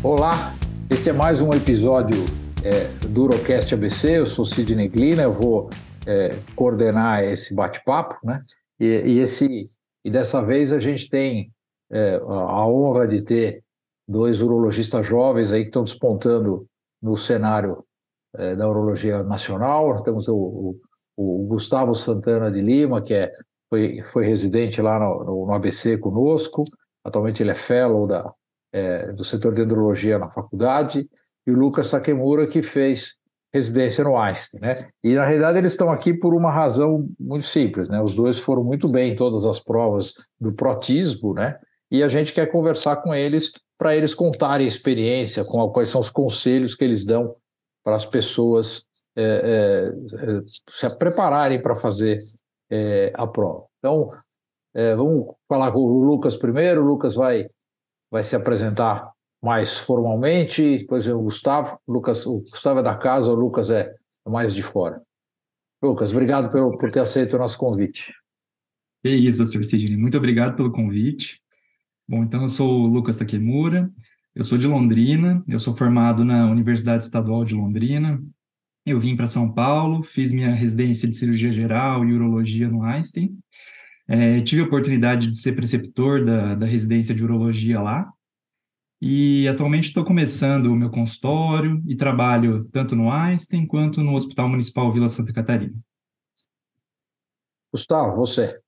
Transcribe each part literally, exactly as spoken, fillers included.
Olá, este é mais um episódio é, do Urocast A B C. Eu sou Sidney Glina, eu vou é, coordenar esse bate-papo, né? E, e, esse, e dessa vez a gente tem é, a honra de ter dois urologistas jovens aí que estão despontando no cenário é, da urologia nacional. Temos o, o, o Gustavo Santana de Lima, que é, foi, foi residente lá no, no, no A B C conosco. Atualmente ele é fellow da É, do setor de andrologia na faculdade, e o Lucas Takemura, que fez residência no Einstein, né? E, na realidade, eles estão aqui por uma razão muito simples, né? Os dois foram muito bem em todas as provas do protismo, né? E a gente quer conversar com eles para eles contarem a experiência, com quais são os conselhos que eles dão para as pessoas é, é, se prepararem para fazer é, a prova. Então, é, vamos falar com o Lucas primeiro. O Lucas vai vai se apresentar mais formalmente, depois é o Gustavo. Lucas, o Gustavo é da casa, o Lucas é mais de fora. Lucas, obrigado por, por ter aceito o nosso convite. É isso, senhor Sidney. Muito obrigado pelo convite. Bom, então eu sou o Lucas Takemura, eu sou de Londrina, eu sou formado na Universidade Estadual de Londrina. Eu vim para São Paulo, fiz minha residência de cirurgia geral e urologia no Einstein. É, tive a oportunidade de ser preceptor da, da residência de urologia lá. E atualmente estou começando o meu consultório e trabalho tanto no Einstein quanto no Hospital Municipal Vila Santa Catarina. Gustavo, você.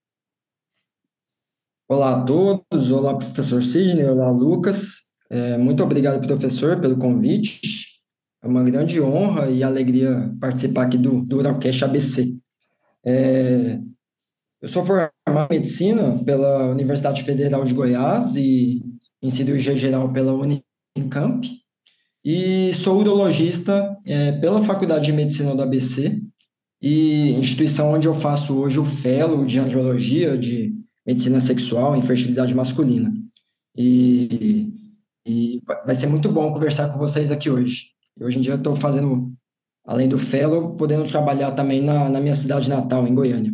Olá a todos, olá professor Sidney, olá Lucas. É, muito obrigado, professor, pelo convite. É uma grande honra e alegria participar aqui do, do Urocast A B C. É, eu sou formado em medicina pela Universidade Federal de Goiás e em cirurgia geral pela Unicamp. E sou urologista é, pela Faculdade de Medicina da A B C, e instituição onde eu faço hoje o fellow de andrologia, de medicina sexual e infertilidade masculina. E, e vai ser muito bom conversar com vocês aqui hoje. Hoje em dia eu estou fazendo, além do fellow, podendo trabalhar também na, na minha cidade natal, em Goiânia.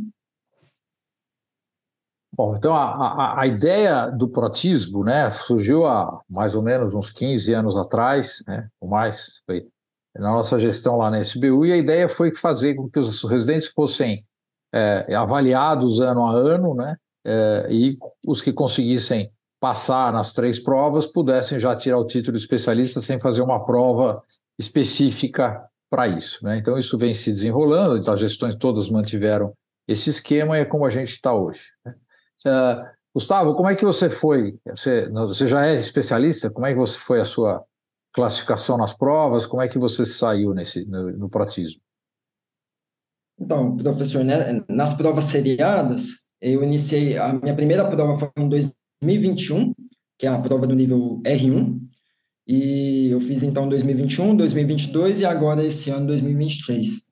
Bom, então a, a, a ideia do protismo, né, surgiu há mais ou menos uns quinze anos atrás, né, ou mais, foi na nossa gestão lá na S B U, e a ideia foi fazer com que os residentes fossem é, avaliados ano a ano, né, é, e os que conseguissem passar nas três provas pudessem já tirar o título de especialista sem fazer uma prova específica para isso, né? Então isso vem se desenrolando, então as gestões todas mantiveram esse esquema e é como a gente está hoje, né? Uh, Gustavo, como é que você foi? Você, você já é especialista? Como é que você foi a sua classificação nas provas? Como é que você saiu nesse, no, no protismo? Então, professor, né, nas provas seriadas, eu iniciei, a minha primeira prova foi em dois mil e vinte e um, que é a prova do nível R um, e eu fiz então dois mil e vinte e um, dois mil e vinte e dois e agora esse ano dois mil e vinte e três.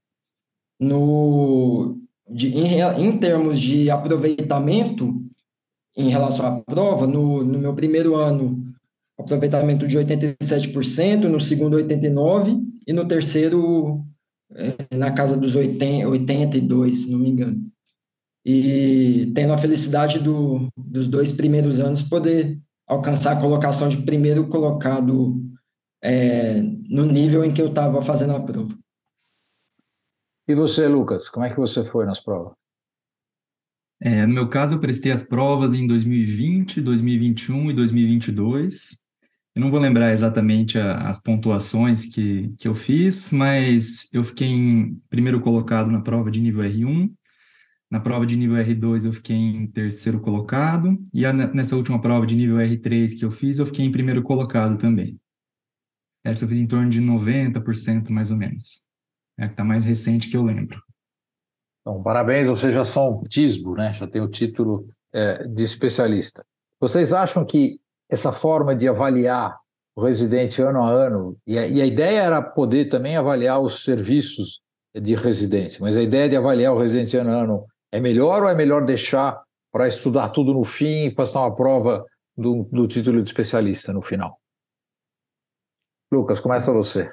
No, de, em, em termos de aproveitamento em relação à prova, no, no meu primeiro ano, aproveitamento de oitenta e sete por cento, no segundo oitenta e nove por cento e no terceiro é, na casa dos oitenta, oitenta e dois, se não me engano. E tendo a felicidade do, dos dois primeiros anos poder alcançar a colocação de primeiro colocado é, no nível em que eu estava fazendo a prova. E você, Lucas, como é que você foi nas provas? É, no meu caso, eu prestei as provas em dois mil e vinte, dois mil e vinte e um e dois mil e vinte e dois. Eu não vou lembrar exatamente a, as pontuações que, que eu fiz, mas eu fiquei em primeiro colocado na prova de nível R um, na prova de nível R dois eu fiquei em terceiro colocado, e a, nessa última prova de nível R três que eu fiz, eu fiquei em primeiro colocado também. Essa eu fiz em torno de noventa por cento mais ou menos. É a que está mais recente que eu lembro. Então, parabéns, vocês já são TISBO, né? Já tem o título é, de especialista. Vocês acham que essa forma de avaliar o residente ano a ano, e a, e a ideia era poder também avaliar os serviços de residência, mas a ideia de avaliar o residente ano a ano é melhor ou é melhor deixar para estudar tudo no fim e passar uma prova do, do título de especialista no final? Lucas, começa você.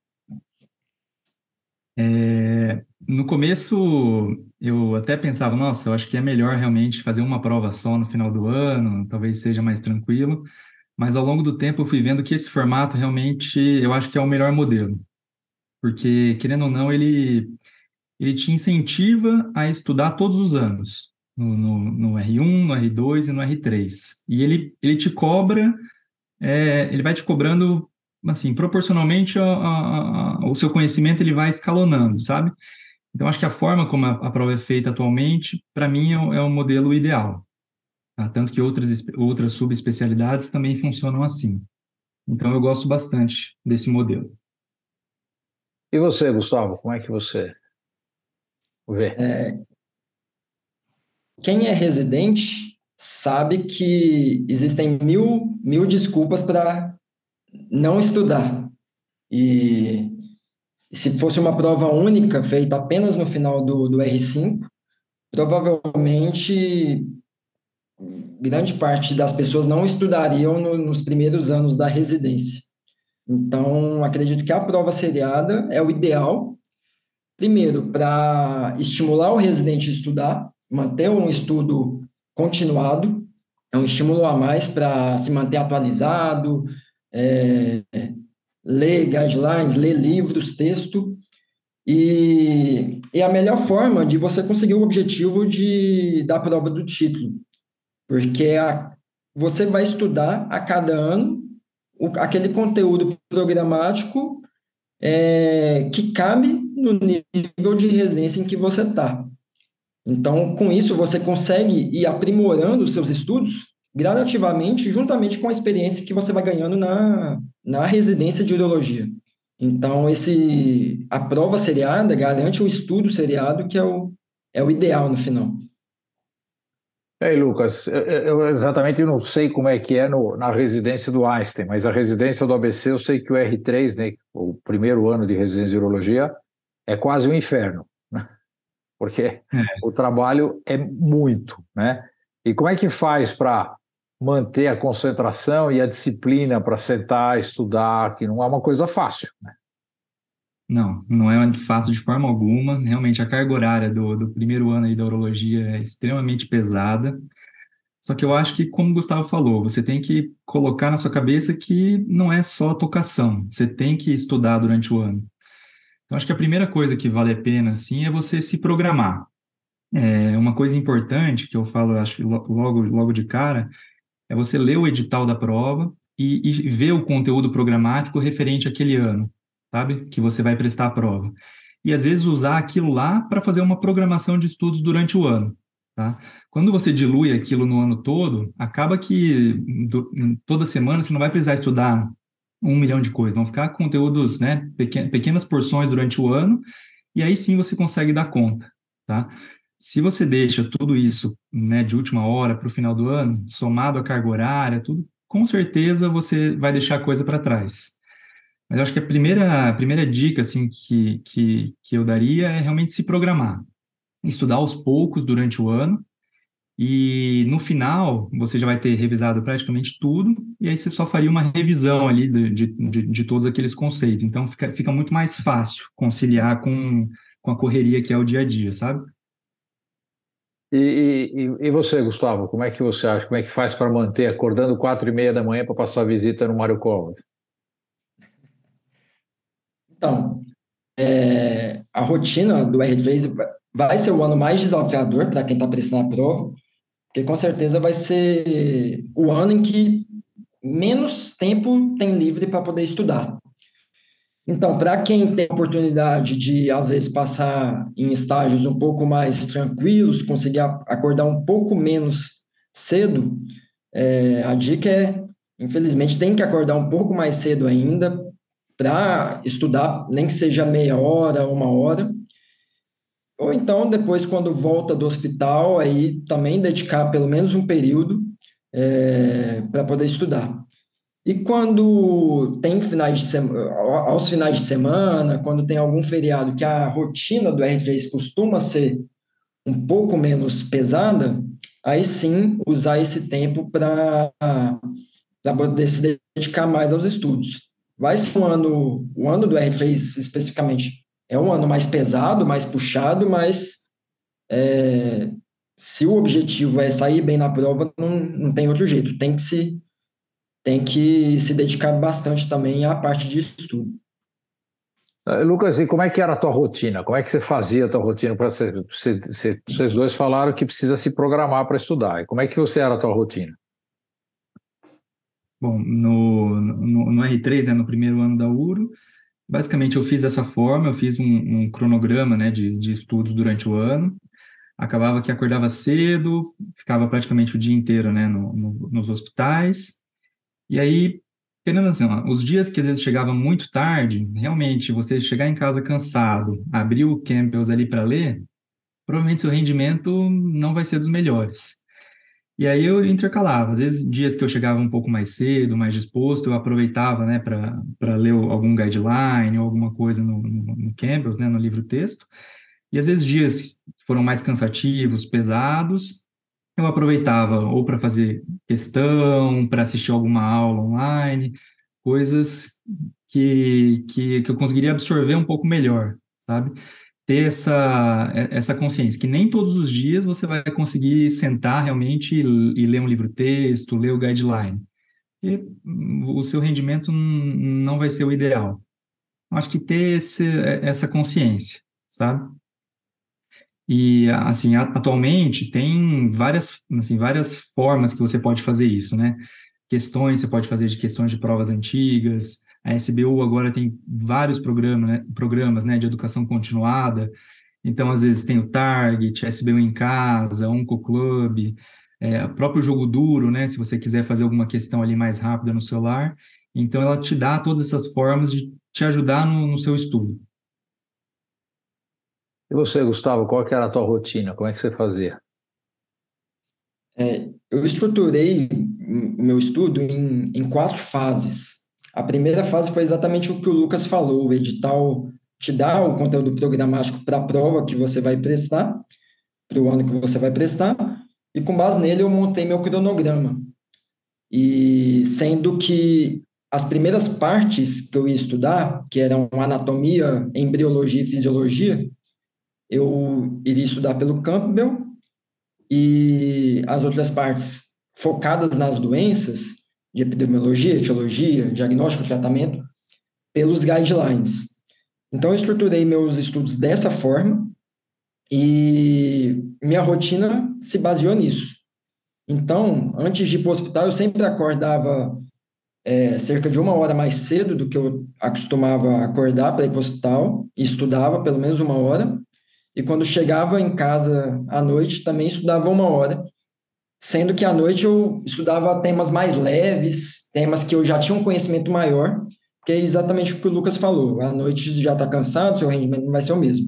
É, no começo, eu até pensava, nossa, eu acho que é melhor realmente fazer uma prova só no final do ano, talvez seja mais tranquilo, mas ao longo do tempo eu fui vendo que esse formato realmente eu acho que é o melhor modelo, porque, querendo ou não, ele, ele te incentiva a estudar todos os anos, no, no, no R um, no R dois e no R três. E ele, ele te cobra, é, ele vai te cobrando, assim, proporcionalmente a- a- a- o seu conhecimento ele vai escalonando, sabe? Então, acho que a forma como a, a prova é feita atualmente, para mim, é o, é o modelo ideal, tá? Tanto que outras, espe- outras subespecialidades também funcionam assim. Então, eu gosto bastante desse modelo. E você, Gustavo, como é que você vê? Quem é residente sabe que existem mil, mil desculpas para não estudar. E se fosse uma prova única, feita apenas no final do, do R cinco, provavelmente grande parte das pessoas não estudariam no, nos primeiros anos da residência. Então, acredito que a prova seriada é o ideal, primeiro, para estimular o residente a estudar, manter um estudo continuado, é um estímulo a mais para se manter atualizado, é, ler guidelines, ler livros, texto, e é a melhor forma de você conseguir o objetivo de, da prova do título, porque a, você vai estudar a cada ano o, aquele conteúdo programático é, que cabe no nível de residência em que você está. Então, com isso, você consegue ir aprimorando os seus estudos gradativamente, juntamente com a experiência que você vai ganhando na, na residência de urologia. Então, esse, a prova seriada garante o estudo seriado, que é o, é o ideal no final. Ei, Lucas, eu, eu exatamente não sei como é que é no, na residência do Einstein, mas a residência do A B C eu sei que o R três, né, o primeiro ano de residência de urologia, é quase um inferno, né? Porque É. o trabalho é muito, né? E como é que faz para manter a concentração e a disciplina para sentar, estudar, que não é uma coisa fácil, né? Não, não é fácil de forma alguma. Realmente, a carga horária do, do primeiro ano aí da urologia é extremamente pesada. Só que eu acho que, como o Gustavo falou, você tem que colocar na sua cabeça que não é só tocação. Você tem que estudar durante o ano. Então, acho que a primeira coisa que vale a pena, assim, é você se programar. É uma coisa importante que eu falo, acho que lo- logo, logo de cara, é você ler o edital da prova e, e ver o conteúdo programático referente àquele ano, sabe? Que você vai prestar a prova. E às vezes usar aquilo lá para fazer uma programação de estudos durante o ano, tá? Quando você dilui aquilo no ano todo, acaba que do- toda semana você não vai precisar estudar um milhão de coisas, vão ficar conteúdos, né, pequen- pequenas porções durante o ano, e aí sim você consegue dar conta, tá? Se você deixa tudo isso, né, de última hora para o final do ano, somado à carga horária, tudo, com certeza você vai deixar a coisa para trás. Mas eu acho que a primeira, a primeira dica assim, que, que, que eu daria é realmente se programar. Estudar aos poucos durante o ano e no final você já vai ter revisado praticamente tudo e aí você só faria uma revisão ali de, de, de, de todos aqueles conceitos. Então fica, fica muito mais fácil conciliar com, com a correria que é o dia a dia, sabe? E, e, e você, Gustavo, como é que você acha? Como é que faz para manter acordando quatro e meia da manhã para passar a visita no Mário Covas? Então, é, a rotina do R três vai ser o ano mais desafiador para quem está prestando a prova, porque com certeza vai ser o ano em que menos tempo tem livre para poder estudar. Então, para quem tem a oportunidade de, às vezes, passar em estágios um pouco mais tranquilos, conseguir a- acordar um pouco menos cedo, é, a dica é, infelizmente, tem que acordar um pouco mais cedo ainda para estudar, nem que seja meia hora, uma hora. Ou então, depois, quando volta do hospital, aí também dedicar pelo menos um período é, para poder estudar. E quando tem finais de semana, aos finais de semana, quando tem algum feriado que a rotina do R três costuma ser um pouco menos pesada, aí sim usar esse tempo para poder se dedicar mais aos estudos. Vai ser um ano, o ano do R três especificamente, é um ano mais pesado, mais puxado, mas é, se o objetivo é sair bem na prova, não, não tem outro jeito, tem que se tem que se dedicar bastante também à parte de estudo. Lucas, e como é que era a tua rotina? Como é que você fazia a tua rotina? Para você, você, você, vocês dois falaram que precisa se programar para estudar. E como é que você era a tua rotina? Bom, no, no, no R três, né, no primeiro ano da U R O, basicamente eu fiz dessa forma, eu fiz um, um cronograma, né, de, de estudos durante o ano, acabava que acordava cedo, ficava praticamente o dia inteiro, né, no, no, nos hospitais, e aí, querendo assim, ó, os dias que às vezes chegava muito tarde, realmente, você chegar em casa cansado, abrir o Campbell's ali para ler, provavelmente seu rendimento não vai ser dos melhores. E aí eu intercalava, às vezes dias que eu chegava um pouco mais cedo, mais disposto, eu aproveitava, né, para para ler algum guideline ou alguma coisa no, no, no Campbell's, né, no livro-texto. E às vezes dias que foram mais cansativos, pesados, eu aproveitava ou para fazer questão, para assistir alguma aula online, coisas que, que, que eu conseguiria absorver um pouco melhor, sabe? Ter essa, essa consciência, que nem todos os dias você vai conseguir sentar realmente e, e ler um livro-texto, ler o guideline. E o seu rendimento não vai ser o ideal. Acho que ter esse, essa consciência, sabe? E, assim, atualmente tem várias, assim, várias formas que você pode fazer isso, né? Questões, você pode fazer de questões de provas antigas. A S B U agora tem vários programas, né, programas, né, de educação continuada. Então, às vezes tem o Target, S B U em casa, Oncoclub, é, o próprio Jogo Duro, né, se você quiser fazer alguma questão ali mais rápida no celular. Então, ela te dá todas essas formas de te ajudar no, no seu estudo. E você, Gustavo, qual que era a tua rotina? Como é que você fazia? É, eu estruturei o meu estudo em, em quatro fases. A primeira fase foi exatamente o que o Lucas falou: o edital te dá o conteúdo programático para a prova que você vai prestar, para o ano que você vai prestar, e com base nele eu montei meu cronograma. E sendo que as primeiras partes que eu ia estudar, que eram anatomia, embriologia e fisiologia, eu iria estudar pelo Campbell, e as outras partes focadas nas doenças, de epidemiologia, etiologia, diagnóstico, tratamento, pelos guidelines. Então, eu estruturei meus estudos dessa forma e minha rotina se baseou nisso. Então, antes de ir para o hospital, eu sempre acordava é, cerca de uma hora mais cedo do que eu acostumava acordar para ir para o hospital, e estudava pelo menos uma hora. E quando chegava em casa à noite, também estudava uma hora, sendo que à noite eu estudava temas mais leves, temas que eu já tinha um conhecimento maior, que é exatamente o que o Lucas falou. À noite já está cansado, seu rendimento não vai ser o mesmo.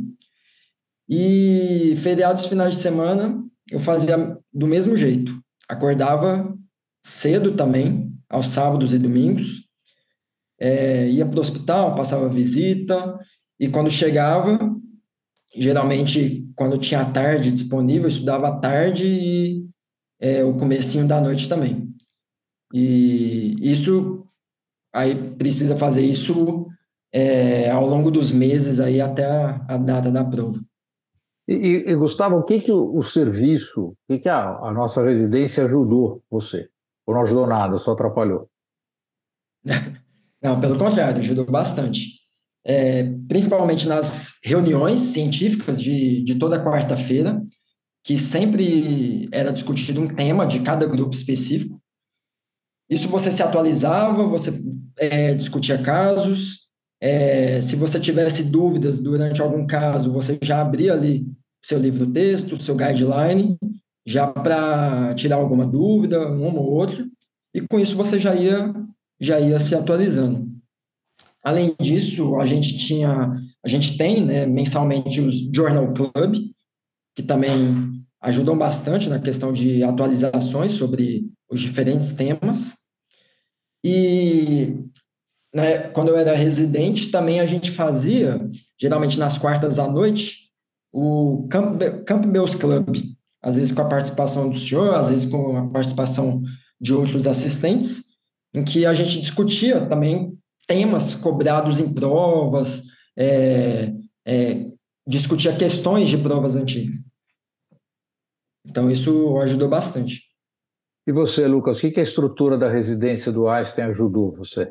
E feriados, finais de semana, eu fazia do mesmo jeito. Acordava cedo também, aos sábados e domingos, é, ia para o hospital, passava visita, e quando chegava, geralmente, quando tinha a tarde disponível, eu estudava à tarde e é, o comecinho da noite também. E isso, aí precisa fazer isso é, ao longo dos meses aí até a, a data da prova. E, e, Gustavo, o que que o, o serviço, o que que a, a nossa residência ajudou você? Ou não ajudou nada, só atrapalhou? Não, pelo contrário, ajudou bastante. É, principalmente nas reuniões científicas de, de toda quarta-feira, que sempre era discutido um tema de cada grupo específico. Isso você se atualizava, você é, discutia casos. É, se você tivesse dúvidas durante algum caso, você já abria ali seu livro-texto, seu guideline, já para tirar alguma dúvida, uma ou outra, e com isso você já ia, já ia se atualizando. Além disso, a gente tinha, a gente tem, né, mensalmente os Journal Club, que também ajudam bastante na questão de atualizações sobre os diferentes temas. E né, quando eu era residente, também a gente fazia, geralmente nas quartas à noite, o Camp Campbell's Club, às vezes com a participação do senhor, às vezes com a participação de outros assistentes, em que a gente discutia também temas cobrados em provas, é, é, discutia questões de provas antigas. Então, isso ajudou bastante. E você, Lucas, o que que a estrutura da residência do Einstein ajudou você?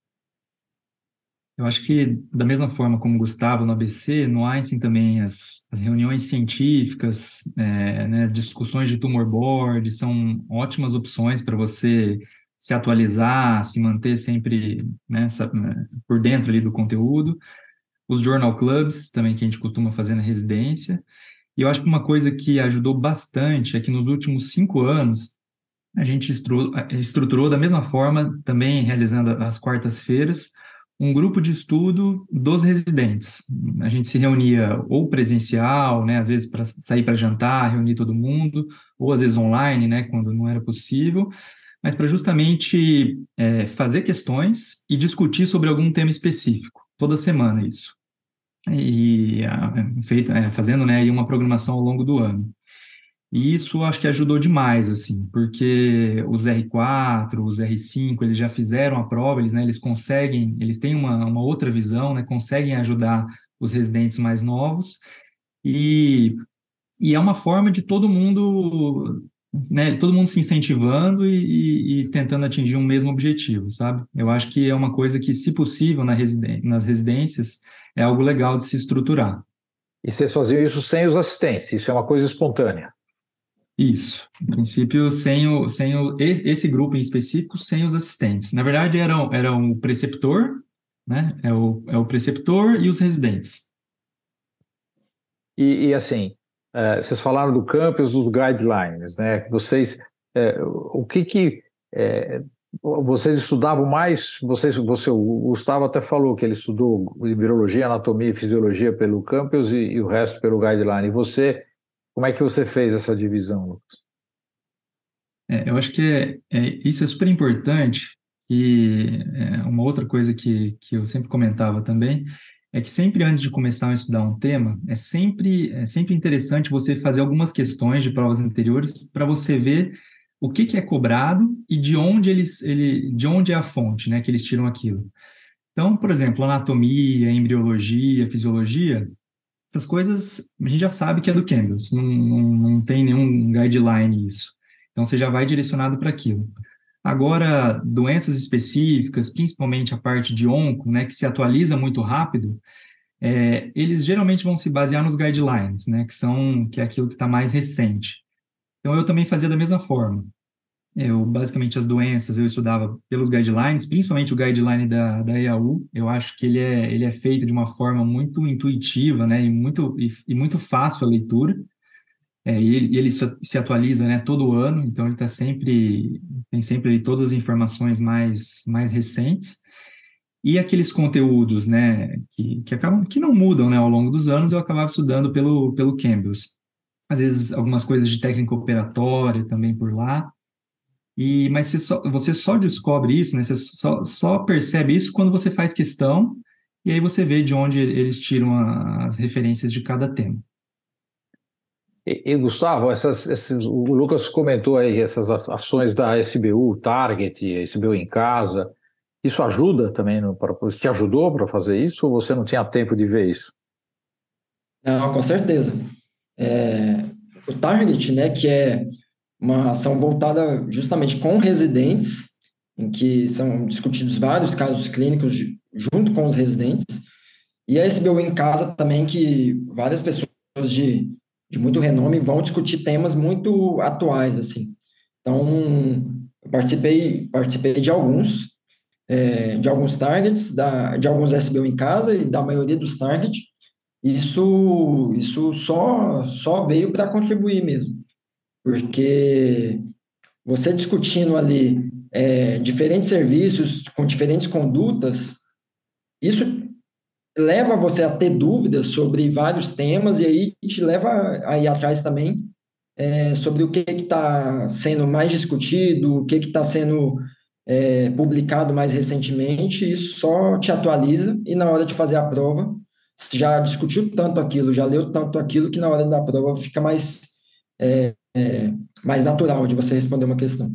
Eu acho que, da mesma forma como o Gustavo no A B C, no Einstein também as, as reuniões científicas, é, né, discussões de tumor board são ótimas opções para você se atualizar, se manter sempre, né, sa- né, por dentro ali do conteúdo. Os journal clubs também que a gente costuma fazer na residência. E eu acho que uma coisa que ajudou bastante é que nos últimos cinco anos a gente estru- estruturou da mesma forma, também realizando às quartas-feiras, um grupo de estudo dos residentes. A gente se reunia ou presencial, né, às vezes para sair para jantar, reunir todo mundo, ou às vezes online, né, quando não era possível, mas para justamente é, fazer questões e discutir sobre algum tema específico, toda semana isso. E a, feito, é, fazendo, né, aí uma programação ao longo do ano. E isso acho que ajudou demais, assim, porque os R quatro, os R cinco, eles já fizeram a prova, eles, né, eles conseguem, eles têm uma, uma outra visão, né, conseguem ajudar os residentes mais novos, e, e é uma forma de todo mundo, né, todo mundo se incentivando e, e, e tentando atingir um mesmo objetivo, sabe? Eu acho que é uma coisa que, se possível, na residen nas residências, é algo legal de se estruturar. E vocês faziam isso sem os assistentes, isso é uma coisa espontânea. Isso. No princípio, sem o, sem o, e- esse grupo em específico, sem os assistentes. Na verdade, eram, eram o preceptor, né? É o, é o preceptor e os residentes. E, e, assim, eh, vocês falaram do campus, dos guidelines, né? Vocês, eh, o que que eh, vocês estudavam mais? Vocês, você, o Gustavo até falou que ele estudou biologia, anatomia e fisiologia pelo campus e, e o resto pelo guideline. E você, como é que você fez essa divisão, Lucas? É, eu acho que é, é- isso é super importante. E é, uma outra coisa que, que eu sempre comentava também é que sempre antes de começar a estudar um tema, é sempre, é sempre interessante você fazer algumas questões de provas anteriores para você ver o que, que é cobrado e de onde eles, ele, de onde é a fonte, né, que eles tiram aquilo. Então, por exemplo, anatomia, embriologia, fisiologia, essas coisas a gente já sabe que é do Campbell, não, não, não tem nenhum guideline isso. Então, você já vai direcionado para aquilo. Agora, doenças específicas, principalmente a parte de onco, né, que se atualiza muito rápido, é, eles geralmente vão se basear nos guidelines, né, que são, que é aquilo que está mais recente. Então, eu também fazia da mesma forma. Eu, basicamente, as doenças eu estudava pelos guidelines, principalmente o guideline da, da E A U. Eu acho que ele é, ele é feito de uma forma muito intuitiva, né, e muito, e, e muito fácil a leitura. É, e ele, ele se se atualiza, né, todo ano, então ele está sempre, tem sempre ali todas as informações mais, mais recentes. E aqueles conteúdos, né, que, que acabam, que não mudam, né, ao longo dos anos, eu acabava estudando pelo, pelo Campbell's. Às vezes, algumas coisas de técnica operatória também por lá. E, mas você só, você só descobre isso, né? Você só, só percebe isso quando você faz questão, e aí você vê de onde eles tiram a- as referências de cada tema. E, e, Gustavo, essas, esses, o Lucas comentou aí essas a- ações da S B U, Target, S B U em casa. Isso ajuda também? No, pra, te ajudou para fazer isso ou você não tinha tempo de ver isso? Não, com certeza. É, o Target, né, que é uma ação voltada justamente com residentes, em que são discutidos vários casos clínicos de- junto com os residentes, e a S B U em casa também, que várias pessoas de, de muito renome vão discutir temas muito atuais, assim. Então, eu participei, participei de alguns, é, de alguns targets, da, de alguns S B U em casa e da maioria dos targets. Isso, isso só, só veio para contribuir mesmo, porque você discutindo ali é, diferentes serviços com diferentes condutas, isso leva você a ter dúvidas sobre vários temas e aí te leva a ir atrás também é, sobre o que está sendo mais discutido, o que está sendo é, publicado mais recentemente. Isso só te atualiza e na hora de fazer a prova, você já discutiu tanto aquilo, já leu tanto aquilo, que na hora da prova fica mais, é, é, mais natural de você responder uma questão.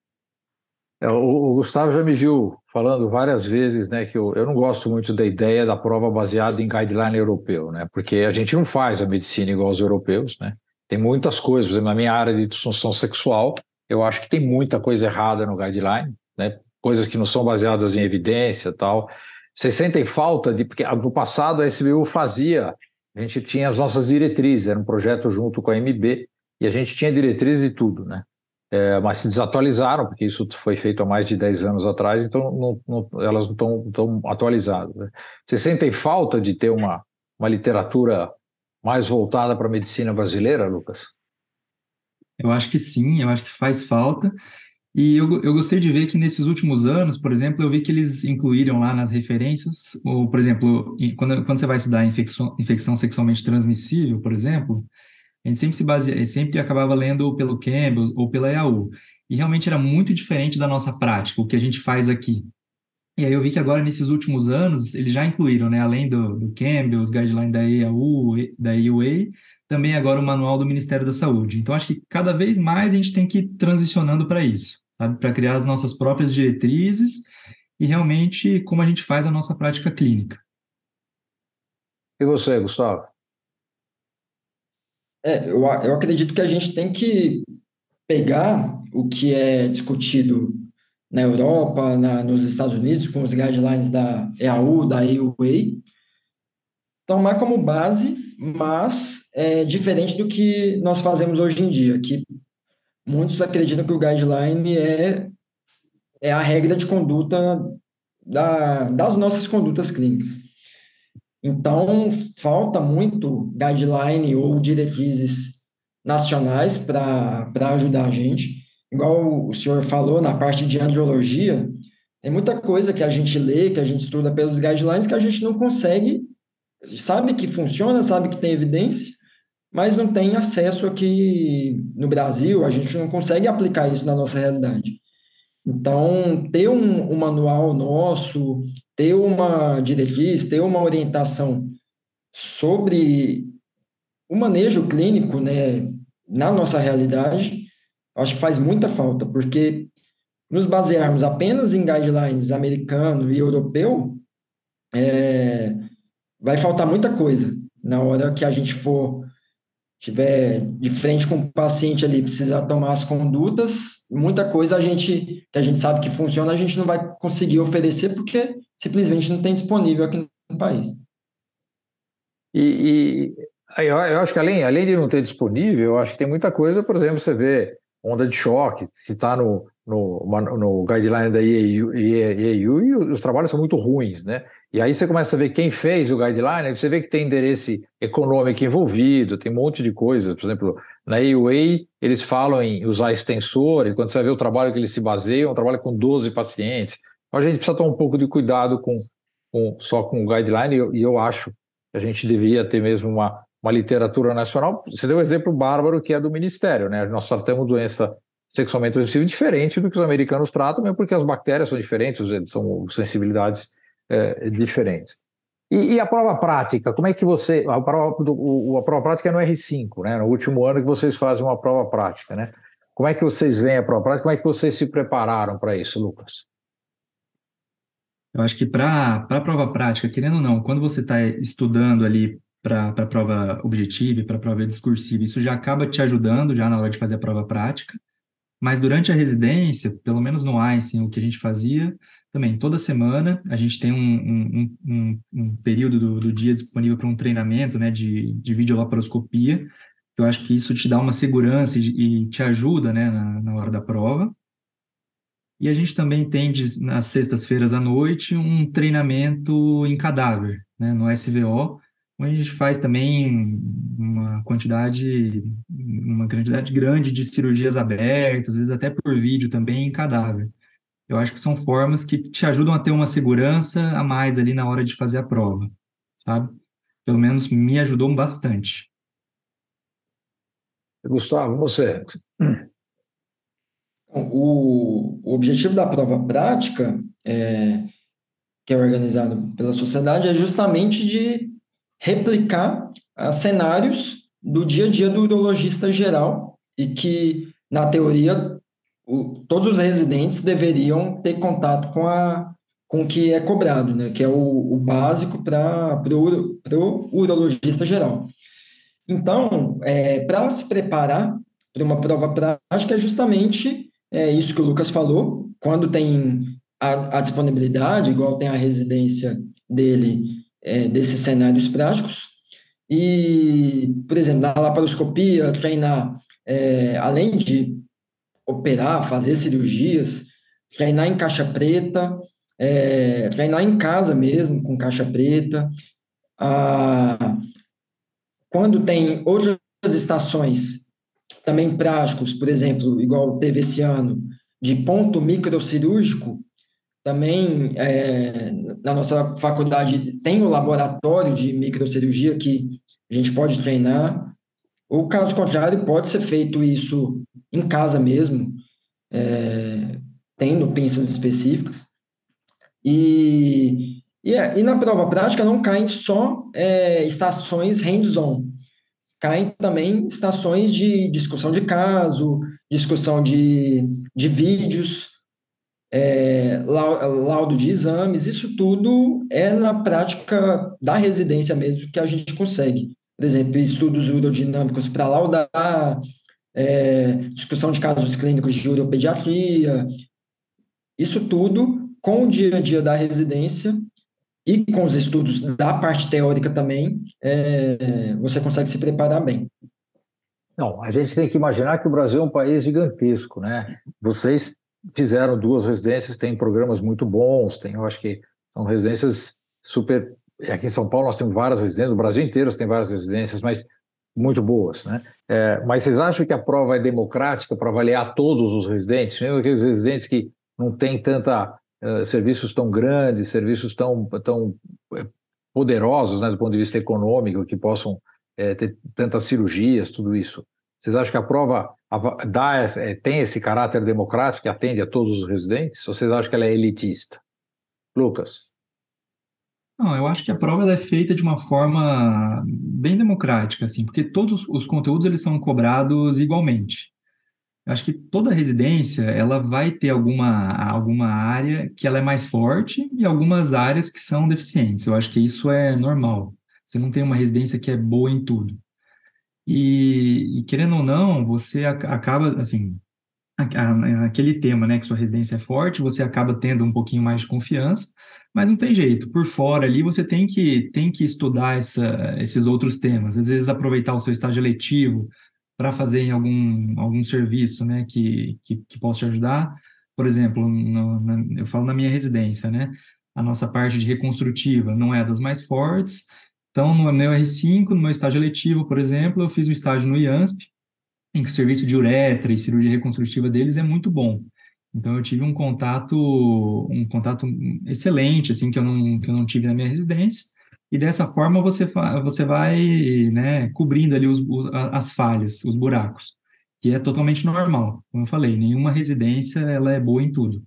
É, o, o Gustavo já me viu falando várias vezes, né, que eu, eu não gosto muito da ideia da prova baseada em guideline europeu, né, porque a gente não faz a medicina igual aos europeus, né. Tem muitas coisas, por exemplo, na minha área de disfunção sexual, eu acho que tem muita coisa errada no guideline, né? Coisas que não são baseadas em evidência e tal. Vocês sentem falta de... Porque no passado a S B U fazia, a gente tinha as nossas diretrizes, era um projeto junto com a M B, e a gente tinha diretrizes e tudo, né? É, mas se desatualizaram, porque isso foi feito há mais de dez anos atrás, então não, não, elas não estão tão atualizadas, né? Vocês sentem falta de ter uma, uma literatura mais voltada para a medicina brasileira, Lucas? Eu acho que sim, eu acho que faz falta. E eu, eu gostei de ver que nesses últimos anos, por exemplo, eu vi que eles incluíram lá nas referências, ou, por exemplo, em- quando, quando você vai estudar infecção, infecção sexualmente transmissível, por exemplo, a gente sempre se baseia, sempre acabava lendo pelo Campbell ou pela E A U. E realmente era muito diferente da nossa prática, o que a gente faz aqui. E aí eu vi que agora, nesses últimos anos, eles já incluíram, né, além do, do Campbell, os guidelines da E A U, e- da E U A, também agora o manual do Ministério da Saúde. Então, acho que cada vez mais a gente tem que ir transicionando para isso, sabe? Para criar as nossas próprias diretrizes e realmente como a gente faz a nossa prática clínica. E você, Gustavo? É, eu, a- eu acredito que a gente tem que pegar o que é discutido na Europa, na, nos Estados Unidos, com os guidelines da E A U, da E U A, tomar como base, mas é diferente do que nós fazemos hoje em dia, que muitos acreditam que o guideline é, é a regra de conduta da, das nossas condutas clínicas. Então, falta muito guideline ou diretrizes nacionais para para ajudar a gente. Igual o senhor falou, na parte de andrologia, tem muita coisa que a gente lê, que a gente estuda pelos guidelines, que a gente não consegue, sabe que funciona, sabe que tem evidência, mas não tem acesso aqui no Brasil, a gente não consegue aplicar isso na nossa realidade. Então, ter um, um manual nosso, ter uma diretriz, ter uma orientação sobre o manejo clínico, né, na nossa realidade, acho que faz muita falta, porque nos basearmos apenas em guidelines americano e europeu, é, vai faltar muita coisa na hora que a gente for tiver de frente com o paciente ali, precisar tomar as condutas, muita coisa a gente, que a gente sabe que funciona, a gente não vai conseguir oferecer porque simplesmente não tem disponível aqui no país. E, e aí eu, eu acho que além, além de não ter disponível, eu acho que tem muita coisa, por exemplo, você vê onda de choque, que está no, no, no guideline da E A U, E A U, e os trabalhos são muito ruins, né? E aí você começa a ver quem fez o guideline, aí você vê que tem interesse econômico envolvido, tem um monte de coisas. Por exemplo, na E U A, eles falam em usar extensor, e quando você vai ver o trabalho que eles se baseiam, é um trabalho com doze pacientes. Então a gente precisa tomar um pouco de cuidado com, com só com o guideline, e eu, e eu acho que a gente devia ter mesmo uma, uma literatura nacional. Você deu um exemplo bárbaro que é do Ministério, né? Nós tratamos doença sexualmente transmissível diferente do que os americanos tratam, mesmo porque as bactérias são diferentes, são sensibilidades é, diferentes. E, e a prova prática, como é que você... A prova, do, a prova prática é no R cinco, né? No último ano que vocês fazem uma prova prática, né? Como é que vocês veem a prova prática? Como é que vocês se prepararam para isso, Lucas? Eu acho que para a prova prática, querendo ou não, quando você está estudando ali para a prova objetiva e para a prova discursiva, isso já acaba te ajudando já na hora de fazer a prova prática. Mas durante a residência, pelo menos no Einstein, o que a gente fazia também, toda semana a gente tem um, um, um, um período do, do dia disponível para um treinamento, né, de, de videolaparoscopia. Eu acho que isso te dá uma segurança e, e te ajuda, né, na, na hora da prova. E a gente também tem, de- nas sextas-feiras à noite, um treinamento em cadáver, né, no S V O, onde a gente faz também uma quantidade, uma quantidade grande de cirurgias abertas, às vezes até por vídeo também em cadáver. Eu acho que são formas que te ajudam a ter uma segurança a mais ali na hora de fazer a prova, sabe? Pelo menos me ajudou bastante. Gustavo, você? O, o objetivo da prova prática, é, que é organizado pela sociedade, é justamente de replicar ah, cenários do dia a dia do urologista geral e que, na teoria, o, todos os residentes deveriam ter contato com, a, com o que é cobrado, né, que é o, o básico para o urologista geral. Então, é, para se preparar para uma prova prática é justamente é, isso que o Lucas falou, quando tem a, a disponibilidade, igual tem a residência dele, é, desses cenários práticos, e, por exemplo, na laparoscopia, treinar, é, além de operar, fazer cirurgias, treinar em caixa preta, é, treinar em casa mesmo, com caixa preta. Ah, quando tem outras estações também práticos, por exemplo, igual teve esse ano, de ponto microcirúrgico, também é, na nossa faculdade tem o laboratório de microcirurgia que a gente pode treinar. Ou caso contrário, pode ser feito isso em casa mesmo, é, tendo pinças específicas. E, e, e na prova prática não caem só é, estações hands-on, caem também estações de discussão de caso, discussão de, de vídeos, é, laudo de exames, isso tudo é na prática da residência mesmo que a gente consegue. Por exemplo, estudos urodinâmicos para laudar, é, discussão de casos clínicos de uropediatria, isso tudo com o dia a dia da residência e com os estudos da parte teórica também, é, você consegue se preparar bem. Não, a gente tem que imaginar que o Brasil é um país gigantesco, né? Vocês fizeram duas residências, têm programas muito bons, tem, eu acho que são residências super... Aqui em São Paulo nós temos várias residências, no Brasil inteiro tem várias residências, mas muito boas, né? É, mas vocês acham que a prova é democrática para avaliar todos os residentes, mesmo aqueles residentes que não têm tanta, uh, serviços tão grandes, serviços tão, tão poderosos, né, do ponto de vista econômico, que possam é, ter tantas cirurgias, tudo isso? Vocês acham que a prova dá, é, tem esse caráter democrático que atende a todos os residentes? Ou vocês acham que ela é elitista? Lucas? Não, eu acho que a prova ela é feita de uma forma bem democrática, assim, porque todos os conteúdos eles são cobrados igualmente. Eu acho que toda residência ela vai ter alguma, alguma área que ela é mais forte e algumas áreas que são deficientes. Eu acho que isso é normal. Você não tem uma residência que é boa em tudo. E, e querendo ou não, você ac- acaba, assim, a- a- aquele tema, né, que sua residência é forte, você acaba tendo um pouquinho mais de confiança, mas não tem jeito. Por fora ali, você tem que, tem que estudar essa, esses outros temas. Às vezes, aproveitar o seu estágio letivo para fazer em algum, algum serviço, né, que, que, que possa te ajudar. Por exemplo, no- na- eu falo na minha residência, né, a nossa parte de reconstrutiva não é das mais fortes. Então, no meu R cinco, no meu estágio letivo, por exemplo, eu fiz um estágio no IANSP, em que o serviço de uretra e cirurgia reconstrutiva deles é muito bom. Então, eu tive um contato, um contato excelente, assim, que eu não, que eu não tive na minha residência, e dessa forma você, fa- você vai, né, cobrindo ali os, o- a- as falhas, os buracos, que é totalmente normal. Como eu falei, nenhuma residência, ela é boa em tudo.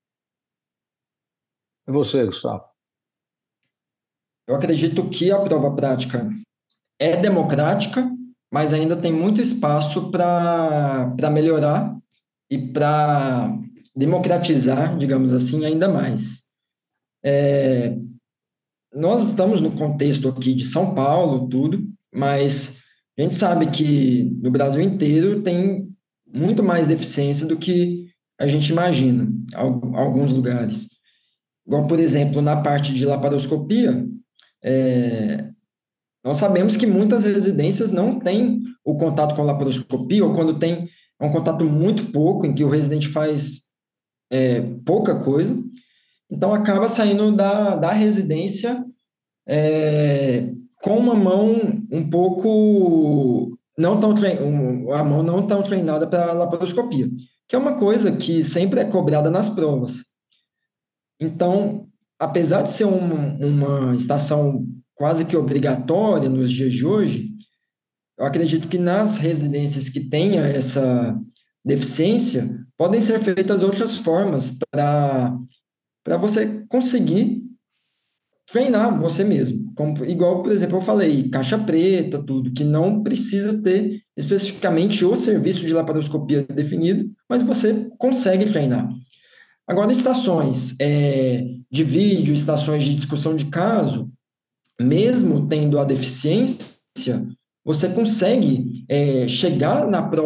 E você, Gustavo? Eu acredito que a prova prática é democrática, mas ainda tem muito espaço para para melhorar e para democratizar, digamos assim, ainda mais. É, nós estamos no contexto aqui de São Paulo, tudo, mas a gente sabe que no Brasil inteiro tem muito mais deficiência do que a gente imagina, em alguns lugares. Igual, por exemplo, na parte de laparoscopia, é, nós sabemos que muitas residências não têm o contato com a laparoscopia, ou quando tem, é um contato muito pouco, em que o residente faz é, pouca coisa, então acaba saindo da, da residência é, com uma mão um pouco não tão trein, um, a mão não tão treinada para a laparoscopia, que é uma coisa que sempre é cobrada nas provas. Então, apesar de ser uma, uma estação quase que obrigatória nos dias de hoje, eu acredito que nas residências que tenha essa deficiência, podem ser feitas outras formas para para você conseguir treinar você mesmo. Como, igual, por exemplo, eu falei, caixa preta, tudo, que não precisa ter especificamente o serviço de laparoscopia definido, mas você consegue treinar. Agora, estações é, de vídeo, estações de discussão de caso, mesmo tendo a deficiência, você consegue é, chegar na prova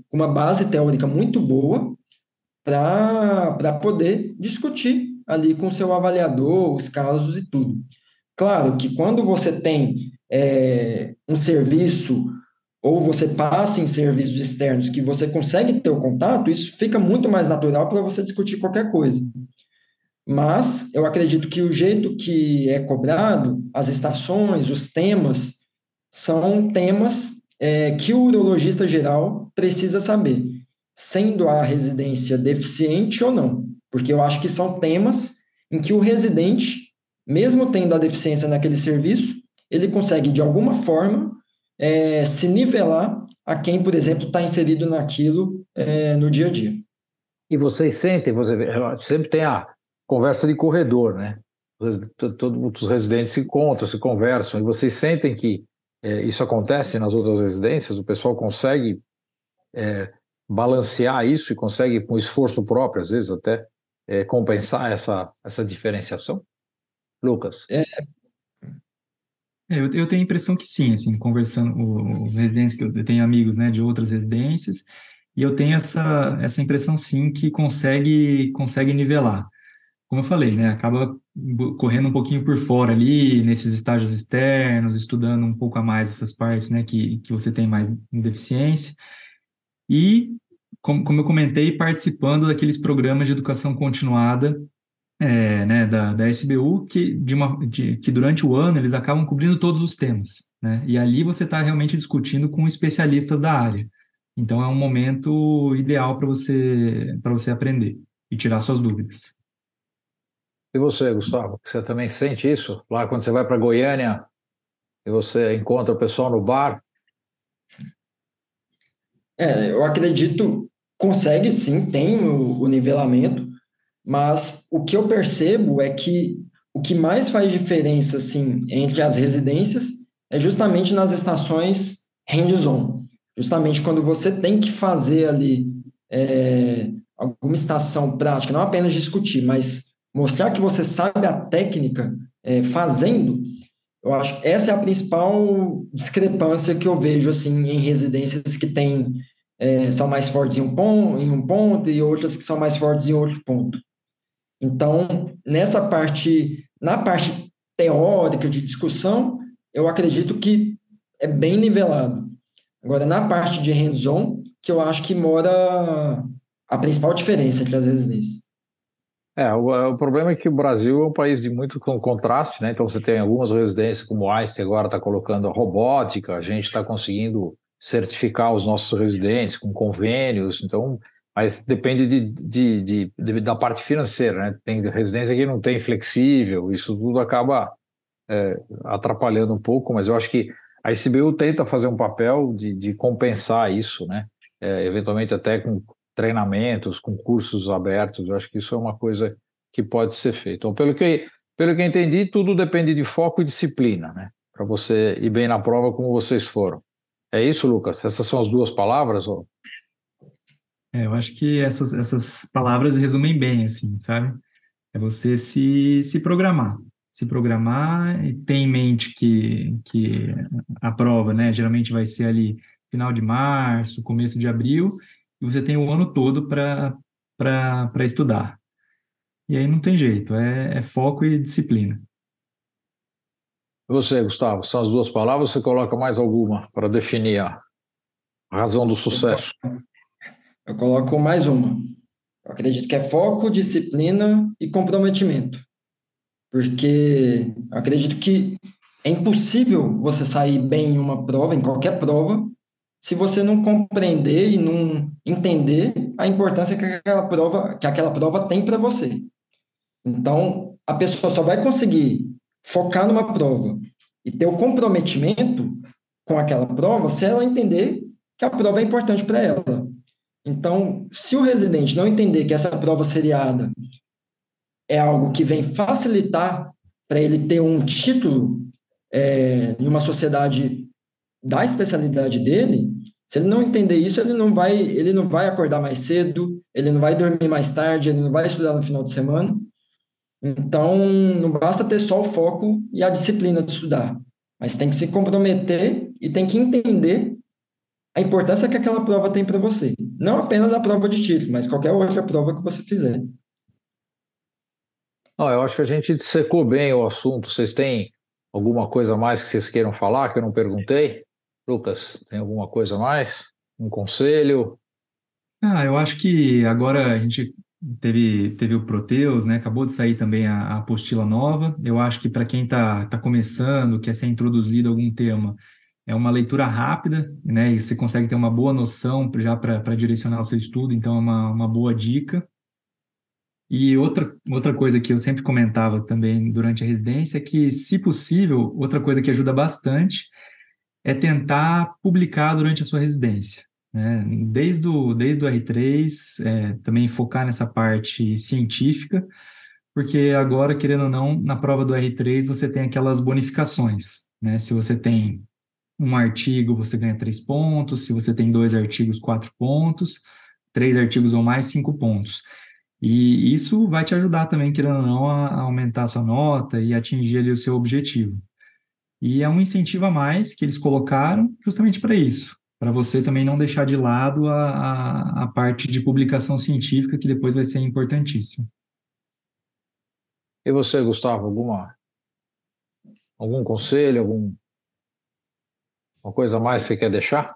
com uma base teórica muito boa para para poder discutir ali com o seu avaliador os casos e tudo. Claro que quando você tem é, um serviço ou você passa em serviços externos que você consegue ter o contato, isso fica muito mais natural para você discutir qualquer coisa. Mas eu acredito que o jeito que é cobrado, as estações, os temas, são temas é, que o urologista geral precisa saber, sendo a residência deficiente ou não, porque eu acho que são temas em que o residente, mesmo tendo a deficiência naquele serviço, ele consegue, de alguma forma, é, se nivelar a quem, por exemplo, está inserido naquilo é, no dia a dia. E vocês sentem, você sempre tem a conversa de corredor, né? Todos os residentes se encontram, se conversam, e vocês sentem que é, isso acontece nas outras residências? O pessoal consegue é, balancear isso e consegue, com esforço próprio, às vezes até, é, compensar essa, essa diferenciação? Lucas? É, É, eu, eu tenho a impressão que sim, assim, conversando, o- os residentes, que eu, eu tenho amigos, né, de outras residências, e eu tenho essa, essa impressão, sim, que consegue, consegue nivelar. Como eu falei, né, acaba bo- correndo um pouquinho por fora ali, nesses estágios externos, estudando um pouco a mais essas partes, né, que, que você tem mais deficiência, e, como, como eu comentei, participando daqueles programas de educação continuada, é, né, da, da S B U, que, de uma, de, que durante o ano eles acabam cobrindo todos os temas, né, e ali você está realmente discutindo com especialistas da área. Então, é um momento ideal para você, para você aprender e tirar suas dúvidas. E você, Gustavo? Você também sente isso? Lá quando você vai para Goiânia e você encontra o pessoal no bar? é, eu acredito, consegue sim, tem o, o nivelamento, mas o que eu percebo é que o que mais faz diferença, assim, entre as residências é justamente nas estações hands-on. Justamente quando você tem que fazer ali é, alguma estação prática, não apenas discutir, mas mostrar que você sabe a técnica é, fazendo, eu acho que essa é a principal discrepância que eu vejo, assim, em residências que têm, é, são mais fortes em um ponto, em um ponto e outras que são mais fortes em outro ponto. Então, nessa parte, na parte teórica de discussão, eu acredito que é bem nivelado. Agora, na parte de hands-on, que eu acho que mora a principal diferença entre as residências. É, o, é, o problema é que o Brasil é um país de muito con- contraste, né? Então você tem algumas residências, como o Einstein agora está colocando a robótica, a gente está conseguindo certificar os nossos residentes com convênios, então, mas depende de, de, de- de- da parte financeira, né? Tem residência que não tem flexível, isso tudo acaba é, atrapalhando um pouco, mas eu acho que a S B U tenta fazer um papel de, de compensar isso, né? É, eventualmente até com treinamentos, com cursos abertos, eu acho que isso é uma coisa que pode ser feita. Então, pelo que, pelo que eu entendi, tudo depende de foco e disciplina, né? Para você ir bem na prova como vocês foram. É isso, Lucas? Essas são as duas palavras? Ou... É, eu acho que essas, essas palavras resumem bem, assim, sabe? É você se, se programar. Se programar e ter em mente que, que a prova, né, geralmente vai ser ali final de março, começo de abril, e você tem o ano todo para para estudar. E aí não tem jeito, é, é foco e disciplina. Você, Gustavo, são as duas palavras, você coloca mais alguma para definir a razão do Eu, sucesso? eu coloco mais uma. Eu acredito que é foco, disciplina e comprometimento. Porque eu acredito que é impossível você sair bem em uma prova, em qualquer prova, se você não compreender e não entender a importância que aquela prova, que aquela prova tem para você. Então, a pessoa só vai conseguir focar numa prova e ter o comprometimento com aquela prova se ela entender que a prova é importante para ela. Então, se o residente não entender que essa prova seriada é algo que vem facilitar para ele ter um título é, em uma sociedade da especialidade dele, se ele não entender isso, ele não vai, ele não vai acordar mais cedo, ele não vai dormir mais tarde, ele não vai estudar no final de semana. Então, não basta ter só o foco e a disciplina de estudar, mas tem que se comprometer e tem que entender a importância que aquela prova tem para você. Não apenas a prova de título, mas qualquer outra prova que você fizer. Não, eu acho que a gente dissecou bem o assunto. Vocês têm alguma coisa a mais que vocês queiram falar que eu não perguntei? Lucas, tem alguma coisa a mais? Um conselho? Ah, eu acho que agora a gente teve, teve o Proteus, né? Acabou de sair também a, a apostila nova. Eu acho que para quem está tá começando, quer ser introduzido a algum tema, é uma leitura rápida, né? E você consegue ter uma boa noção já para direcionar o seu estudo, então é uma, uma boa dica. E outra, outra coisa que eu sempre comentava também durante a residência é que, se possível, outra coisa que ajuda bastante é tentar publicar durante a sua residência, né? Desde o, desde o R três, é, também focar nessa parte científica, porque agora, querendo ou não, na prova do R três você tem aquelas bonificações, né? Se você tem um artigo, você ganha três pontos, se você tem dois artigos, quatro pontos, três artigos ou mais, cinco pontos. E isso vai te ajudar também, querendo ou não, a a aumentar a sua nota e atingir ali o seu objetivo. E é um incentivo a mais que eles colocaram justamente para isso, para você também não deixar de lado a, a, a parte de publicação científica, que depois vai ser importantíssima. E você, Gustavo, alguma, algum conselho, alguma coisa a mais que você quer deixar?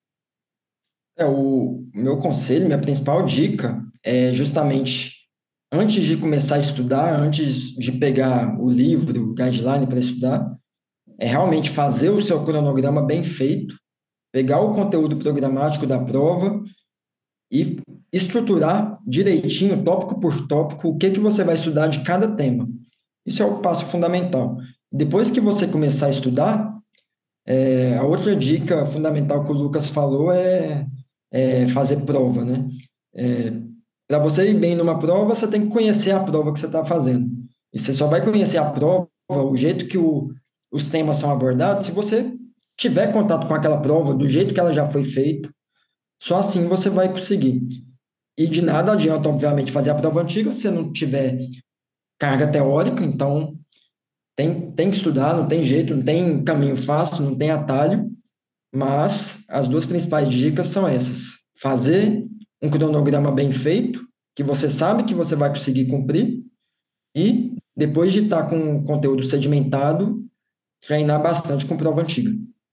É, o meu conselho, minha principal dica é justamente antes de começar a estudar, antes de pegar o livro, o guideline para estudar, é realmente fazer o seu cronograma bem feito, pegar o conteúdo programático da prova e estruturar direitinho, tópico por tópico, o que que você vai estudar de cada tema. Isso é o passo fundamental. Depois que você começar a estudar, é, a outra dica fundamental que o Lucas falou é, é fazer prova, né? É, para você ir bem numa prova, você tem que conhecer a prova que você está fazendo. E você só vai conhecer a prova, o jeito que o, os temas são abordados, se você tiver contato com aquela prova, do jeito que ela já foi feita, só assim você vai conseguir. E de nada adianta, obviamente, fazer a prova antiga se você não tiver carga teórica, então tem, tem que estudar, não tem jeito, não tem caminho fácil, não tem atalho, mas as duas principais dicas são essas: fazer um cronograma bem feito, que você sabe que você vai conseguir cumprir, e depois de estar com o conteúdo sedimentado, treinar bastante com prova antiga.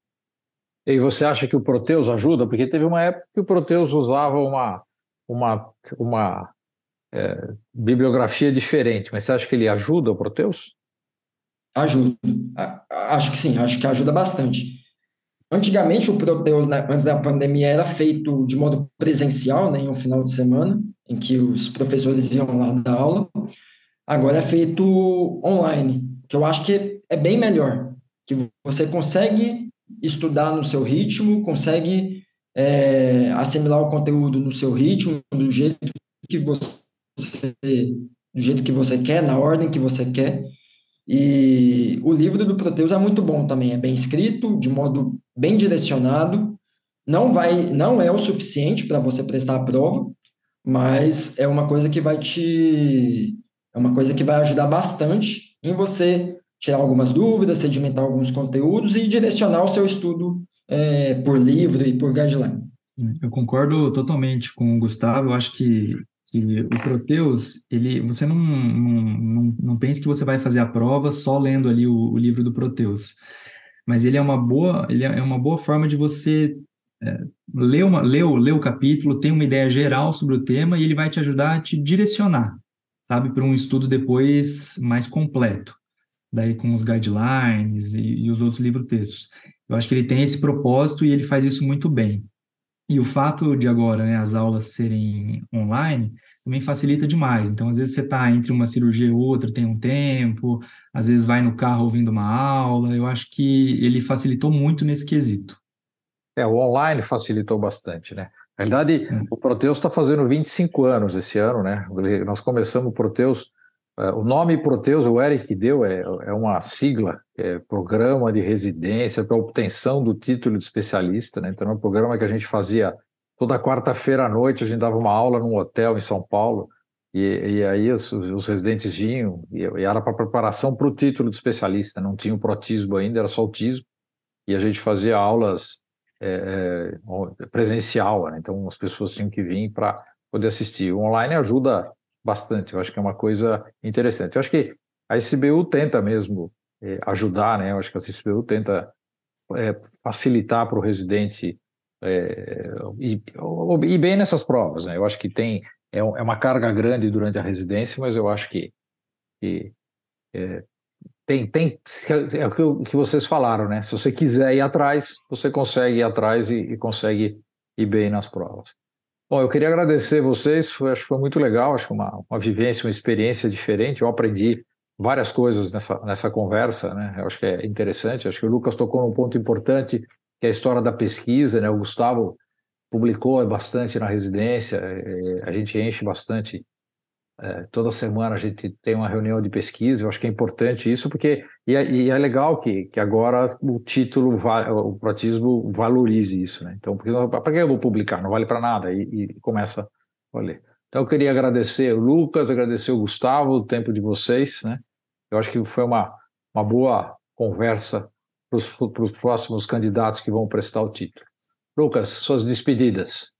E você acha que o Proteus ajuda? Porque teve uma época que o Proteus usava uma, uma, uma é, bibliografia diferente, mas você acha que ele ajuda o Proteus? Ajuda. Acho que sim, acho que ajuda bastante. Antigamente, o Proteus, né, antes da pandemia, era feito de modo presencial, né, em um final de semana, em que os professores iam lá dar aula. Agora é feito online, que eu acho que é bem melhor, que você consegue estudar no seu ritmo, consegue é, assimilar o conteúdo no seu ritmo, do jeito que você, do jeito que você quer, na ordem que você quer. E o livro do Proteus é muito bom também, é bem escrito, de modo bem direcionado. Não vai, não é o suficiente para você prestar a prova, mas é uma coisa que vai te, é uma coisa que vai ajudar bastante em você tirar algumas dúvidas, sedimentar alguns conteúdos e direcionar o seu estudo é, por livro e por guideline. Eu concordo totalmente com o Gustavo. Eu acho que, que o Proteus, ele, você não, não, não, não pense que você vai fazer a prova só lendo ali o, o livro do Proteus, mas ele é uma boa, ele é uma boa forma de você é, ler, uma, ler, o, ler o capítulo, ter uma ideia geral sobre o tema e ele vai te ajudar a te direcionar, sabe, para um estudo depois mais completo, daí com os guidelines e, e os outros livros-textos. Eu acho que ele tem esse propósito e ele faz isso muito bem. E o fato de agora, né, as aulas serem online também facilita demais. Então, às vezes você está entre uma cirurgia e outra, tem um tempo, às vezes vai no carro ouvindo uma aula. Eu acho que ele facilitou muito nesse quesito. É, o online facilitou bastante, né? Na verdade, Né? o Proteus está fazendo vinte e cinco anos esse ano, né? Ele- Nós começamos o Proteus, eh, o nome Proteus, o Eric deu, é, é uma sigla, é Programa de Residência para Obtenção do Título de Especialista, né? Então, é um programa que a gente fazia toda quarta-feira à noite, a gente dava uma aula num hotel em São Paulo, e, e aí os, os residentes vinham, e, e era para preparação para o título de especialista, não tinha o protismo ainda, era só o tismo, e a gente fazia aulas é, é, presencial, né? Então as pessoas tinham que vir para poder assistir. O online ajuda bastante, eu acho que é uma coisa interessante. Eu acho que a S B U tenta mesmo é, ajudar, né? Eu acho que a S B U tenta é, facilitar para o residente é, e, e bem nessas provas, né? Eu acho que tem é, um- é uma carga grande durante a residência, mas eu acho que, que tem, tem é o que, o que vocês falaram, né? Se você quiser ir atrás, você consegue ir atrás e, e consegue ir bem nas provas. Bom, eu queria agradecer vocês, foi, acho que foi muito legal, acho que uma, uma vivência, uma experiência diferente. Eu aprendi várias coisas nessa, nessa conversa, né? Eu acho que é interessante. Acho que o Lucas tocou num ponto importante, que é a história da pesquisa, né? O Gustavo publicou bastante na residência, eh, a gente enche bastante. eh, Toda semana a gente tem uma reunião de pesquisa. Eu acho que é importante isso, porque e é, e é legal que, que agora o título, va- o Proatismo valorize isso, né? Então, para que eu vou publicar? Não vale para nada e, e começa a valer. Então, eu queria agradecer o Lucas, agradecer o Gustavo, o tempo de vocês, né? Eu acho que foi uma, uma boa conversa para os próximos candidatos que vão prestar o título. Lucas, suas despedidas.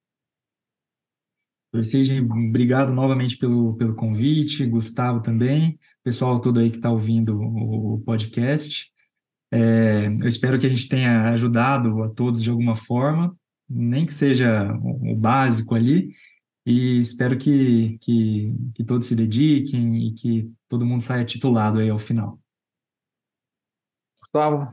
Torcida, obrigado novamente pelo, pelo convite, Gustavo também, pessoal todo aí que está ouvindo o, o podcast. É, eu espero que a gente tenha ajudado a todos de alguma forma, nem que seja o, o básico ali, e espero que, que, que todos se dediquem e que todo mundo saia titulado aí ao final. Gustavo?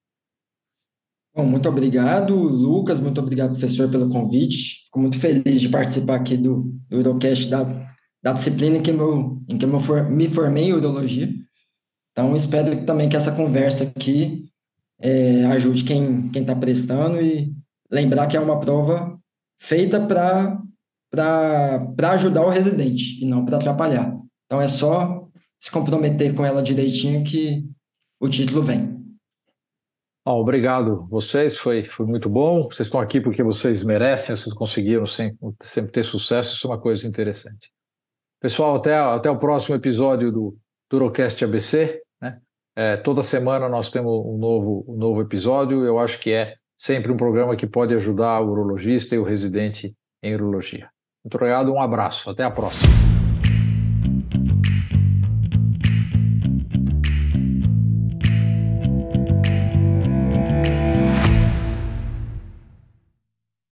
Bom, muito obrigado, Lucas, muito obrigado, professor, pelo convite. Fico muito feliz de participar aqui do, do Eurocast da, da disciplina em que, eu, em que eu me for- me formei em Urologia. Então, espero também que essa conversa aqui é, ajude quem quem está prestando e lembrar que é uma prova feita para para ajudar o residente e não para atrapalhar. Então, é só se comprometer com ela direitinho que o título vem. Ah, obrigado vocês, foi, foi muito bom. Vocês estão aqui porque vocês merecem, vocês conseguiram sempre, sempre ter sucesso, isso é uma coisa interessante. Pessoal, até, até o próximo episódio do Durocast A B C, né? É, toda semana nós temos um novo, um novo episódio. Eu acho que é sempre um programa que pode ajudar o urologista e o residente em urologia. Muito obrigado, um abraço, até a próxima.